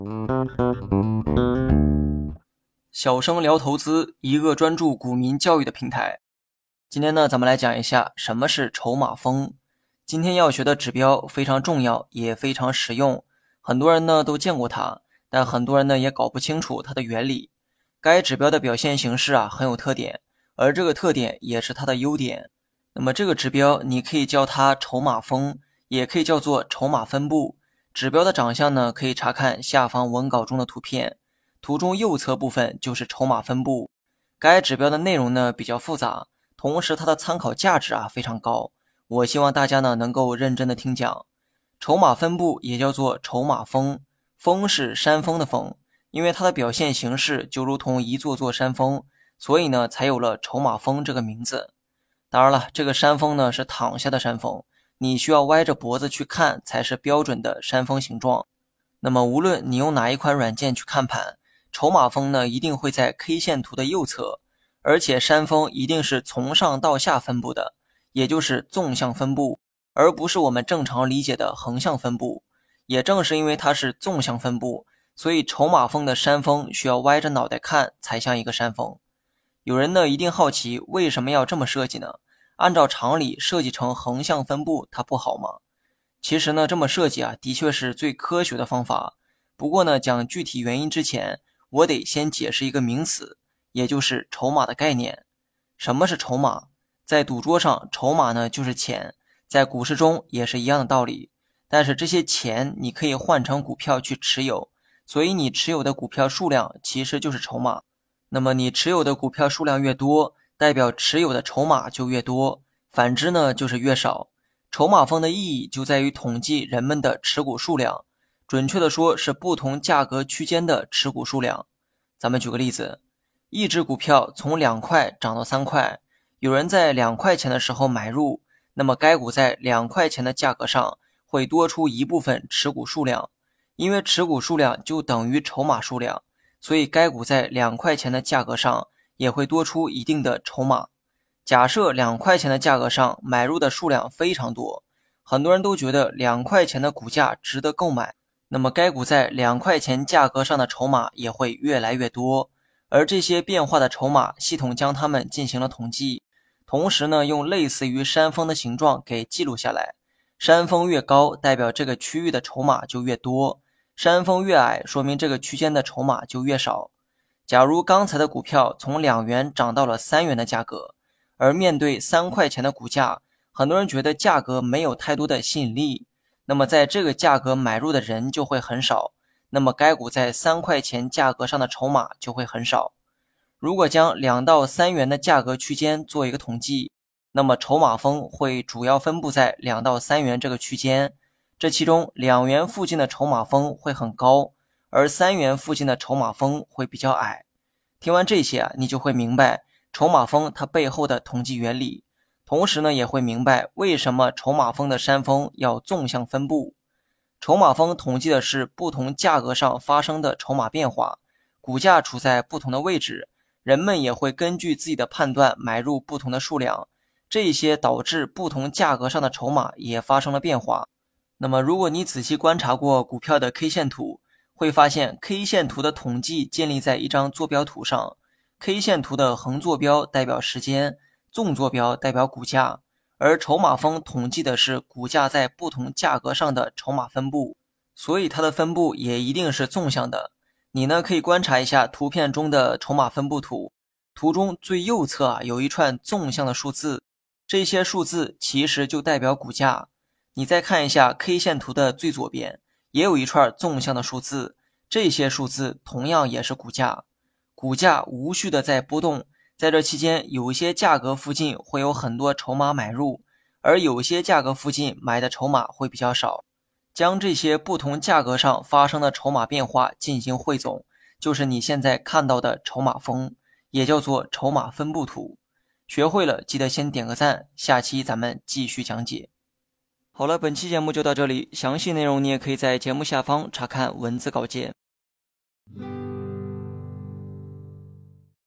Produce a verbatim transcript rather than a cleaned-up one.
小生聊投资，一个专注股民教育的平台。今天呢，咱们来讲一下什么是筹码峰。今天要学的指标非常重要，也非常实用。很多人呢都见过它，但很多人呢也搞不清楚它的原理。该指标的表现形式啊很有特点，而这个特点也是它的优点。那么这个指标你可以叫它筹码峰，也可以叫做筹码分布。指标的长相呢，可以查看下方文稿中的图片。图中右侧部分就是筹码分布。该指标的内容呢比较复杂，同时它的参考价值啊非常高。我希望大家呢能够认真的听讲。筹码分布也叫做筹码峰，峰是山峰的峰，因为它的表现形式就如同一座座山峰，所以呢才有了筹码峰这个名字。当然了，这个山峰呢是躺下的山峰，你需要歪着脖子去看才是标准的山峰形状。那么无论你用哪一款软件去看盘，筹码峰呢一定会在 K 线图的右侧，而且山峰一定是从上到下分布的，也就是纵向分布，而不是我们正常理解的横向分布。也正是因为它是纵向分布，所以筹码峰的山峰需要歪着脑袋看才像一个山峰。有人呢一定好奇为什么要这么设计呢？按照常理设计成横向分布它不好吗？其实呢这么设计啊的确是最科学的方法。不过呢讲具体原因之前，我得先解释一个名词，也就是筹码的概念。什么是筹码？在赌桌上，筹码呢就是钱，在股市中也是一样的道理。但是这些钱你可以换成股票去持有，所以你持有的股票数量其实就是筹码。那么你持有的股票数量越多，代表持有的筹码就越多，反之呢就是越少。筹码峰的意义就在于统计人们的持股数量，准确的说是不同价格区间的持股数量。咱们举个例子，一只股票从两块涨到三块，有人在两块钱的时候买入，那么该股在两块钱的价格上会多出一部分持股数量，因为持股数量就等于筹码数量，所以该股在两块钱的价格上也会多出一定的筹码。假设两块钱的价格上买入的数量非常多，很多人都觉得两块钱的股价值得购买，那么该股在两块钱价格上的筹码也会越来越多，而这些变化的筹码，系统将它们进行了统计，同时呢，用类似于山峰的形状给记录下来。山峰越高，代表这个区域的筹码就越多；山峰越矮，说明这个区间的筹码就越少。假如刚才的股票从两元涨到了三元的价格，而面对三块钱的股价，很多人觉得价格没有太多的吸引力，那么在这个价格买入的人就会很少，那么该股在三块钱价格上的筹码就会很少。如果将两到三元的价格区间做一个统计，那么筹码峰会主要分布在两到三元这个区间，这其中两元附近的筹码峰会很高，而三元附近的筹码峰会比较矮。听完这些啊，你就会明白筹码峰它背后的统计原理，同时呢也会明白为什么筹码峰的山峰要纵向分布。筹码峰统计的是不同价格上发生的筹码变化，股价处在不同的位置，人们也会根据自己的判断买入不同的数量，这些导致不同价格上的筹码也发生了变化。那么如果你仔细观察过股票的 K 线图，会发现 K 线图的统计建立在一张坐标图上， K 线图的横坐标代表时间，纵坐标代表股价，而筹码峰统计的是股价在不同价格上的筹码分布，所以它的分布也一定是纵向的。你呢可以观察一下图片中的筹码分布图，图中最右侧啊有一串纵向的数字，这些数字其实就代表股价。你再看一下 K 线图的最左边，也有一串纵向的数字，这些数字同样也是股价。股价无序的在波动，在这期间有一些价格附近会有很多筹码买入，而有些价格附近买的筹码会比较少。将这些不同价格上发生的筹码变化进行汇总，就是你现在看到的筹码峰，也叫做筹码分布图。学会了记得先点个赞，下期咱们继续讲解。好了，本期节目就到这里，详细内容你也可以在节目下方查看文字稿件。